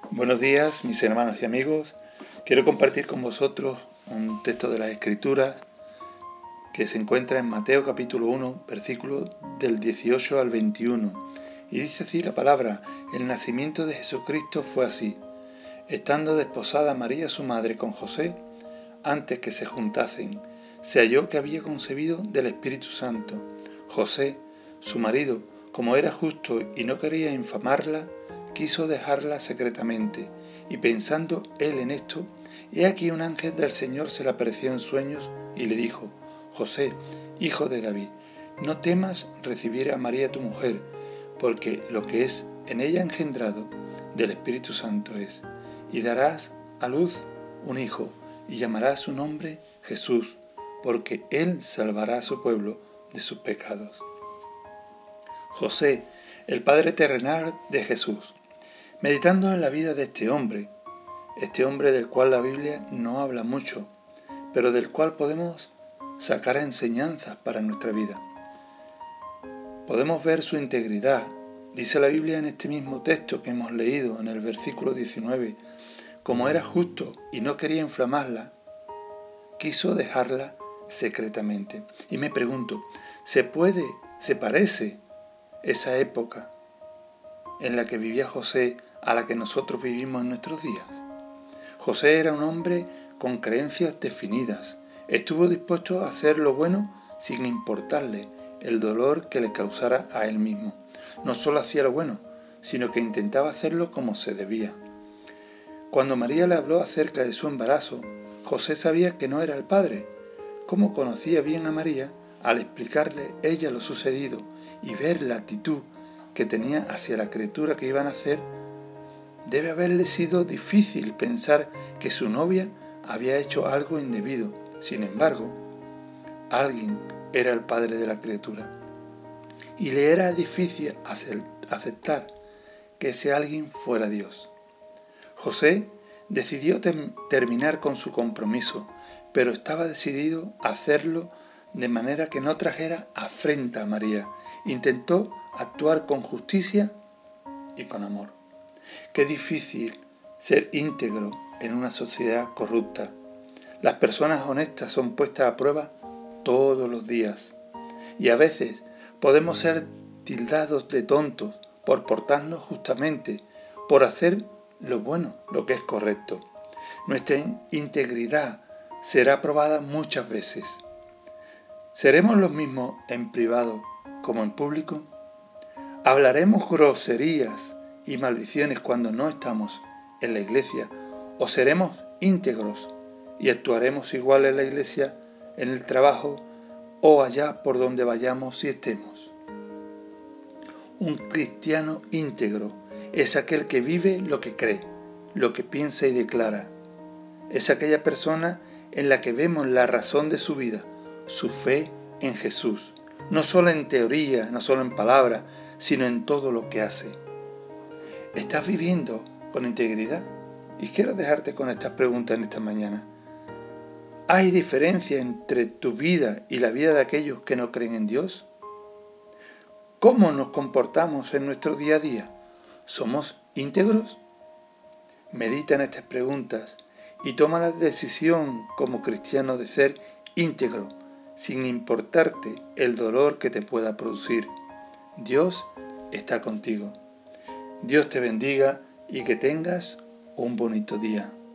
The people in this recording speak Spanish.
Buenos días, mis hermanos y amigos. Quiero compartir con vosotros un texto de las Escrituras que se encuentra en Mateo capítulo 1, versículos del 18 al 21. Y dice así la palabra: el nacimiento de Jesucristo fue así. Estando desposada María su madre con José, antes que se juntasen, se halló que había concebido del Espíritu Santo. José, su marido, como era justo y no quería infamarla, quiso dejarla secretamente, y pensando él en esto, he aquí un ángel del Señor se le apareció en sueños y le dijo: José, hijo de David, no temas recibir a María tu mujer, porque lo que es en ella engendrado del Espíritu Santo es, y darás a luz un hijo, y llamarás su nombre Jesús, porque él salvará a su pueblo de sus pecados. José, el padre terrenal de Jesús. Meditando en la vida de este hombre del cual la Biblia no habla mucho, pero del cual podemos sacar enseñanzas para nuestra vida. Podemos ver su integridad. Dice la Biblia en este mismo texto que hemos leído en el versículo 19, como era justo y no quería inflamarla, quiso dejarla secretamente. Y me pregunto, ¿se parece esa época en la que vivía José a la que nosotros vivimos en nuestros días? José era un hombre con creencias definidas. Estuvo dispuesto a hacer lo bueno sin importarle el dolor que le causara a él mismo. No solo hacía lo bueno, sino que intentaba hacerlo como se debía. Cuando María le habló acerca de su embarazo, José sabía que no era el padre. Como conocía bien a María, al explicarle ella lo sucedido y ver la actitud que tenía hacia la criatura que iba a nacer, debe haberle sido difícil pensar que su novia había hecho algo indebido. Sin embargo, alguien era el padre de la criatura. Y le era difícil aceptar que ese alguien fuera Dios. José decidió terminar con su compromiso, pero estaba decidido a hacerlo de manera que no trajera afrenta a María. Intentó actuar con justicia y con amor. Qué difícil ser íntegro en una sociedad corrupta. Las personas honestas son puestas a prueba todos los días. Y a veces podemos ser tildados de tontos por portarnos justamente, por hacer lo bueno, lo que es correcto. Nuestra integridad será probada muchas veces. ¿Seremos los mismos en privado como en público? ¿Hablaremos groserías y maldiciones cuando no estamos en la iglesia? ¿O seremos íntegros y actuaremos igual en la iglesia, en el trabajo o allá por donde vayamos y estemos? Un cristiano íntegro es aquel que vive lo que cree, lo que piensa y declara. Es aquella persona en la que vemos la razón de su vida, su fe en Jesús, no solo en teoría, no solo en palabras, sino en todo lo que hace. ¿Estás viviendo con integridad? Y quiero dejarte con estas preguntas en esta mañana. ¿Hay diferencia entre tu vida y la vida de aquellos que no creen en Dios? ¿Cómo nos comportamos en nuestro día a día? ¿Somos íntegros? Medita en estas preguntas y toma la decisión como cristiano de ser íntegro, sin importarte el dolor que te pueda producir. Dios está contigo. Dios te bendiga y que tengas un bonito día.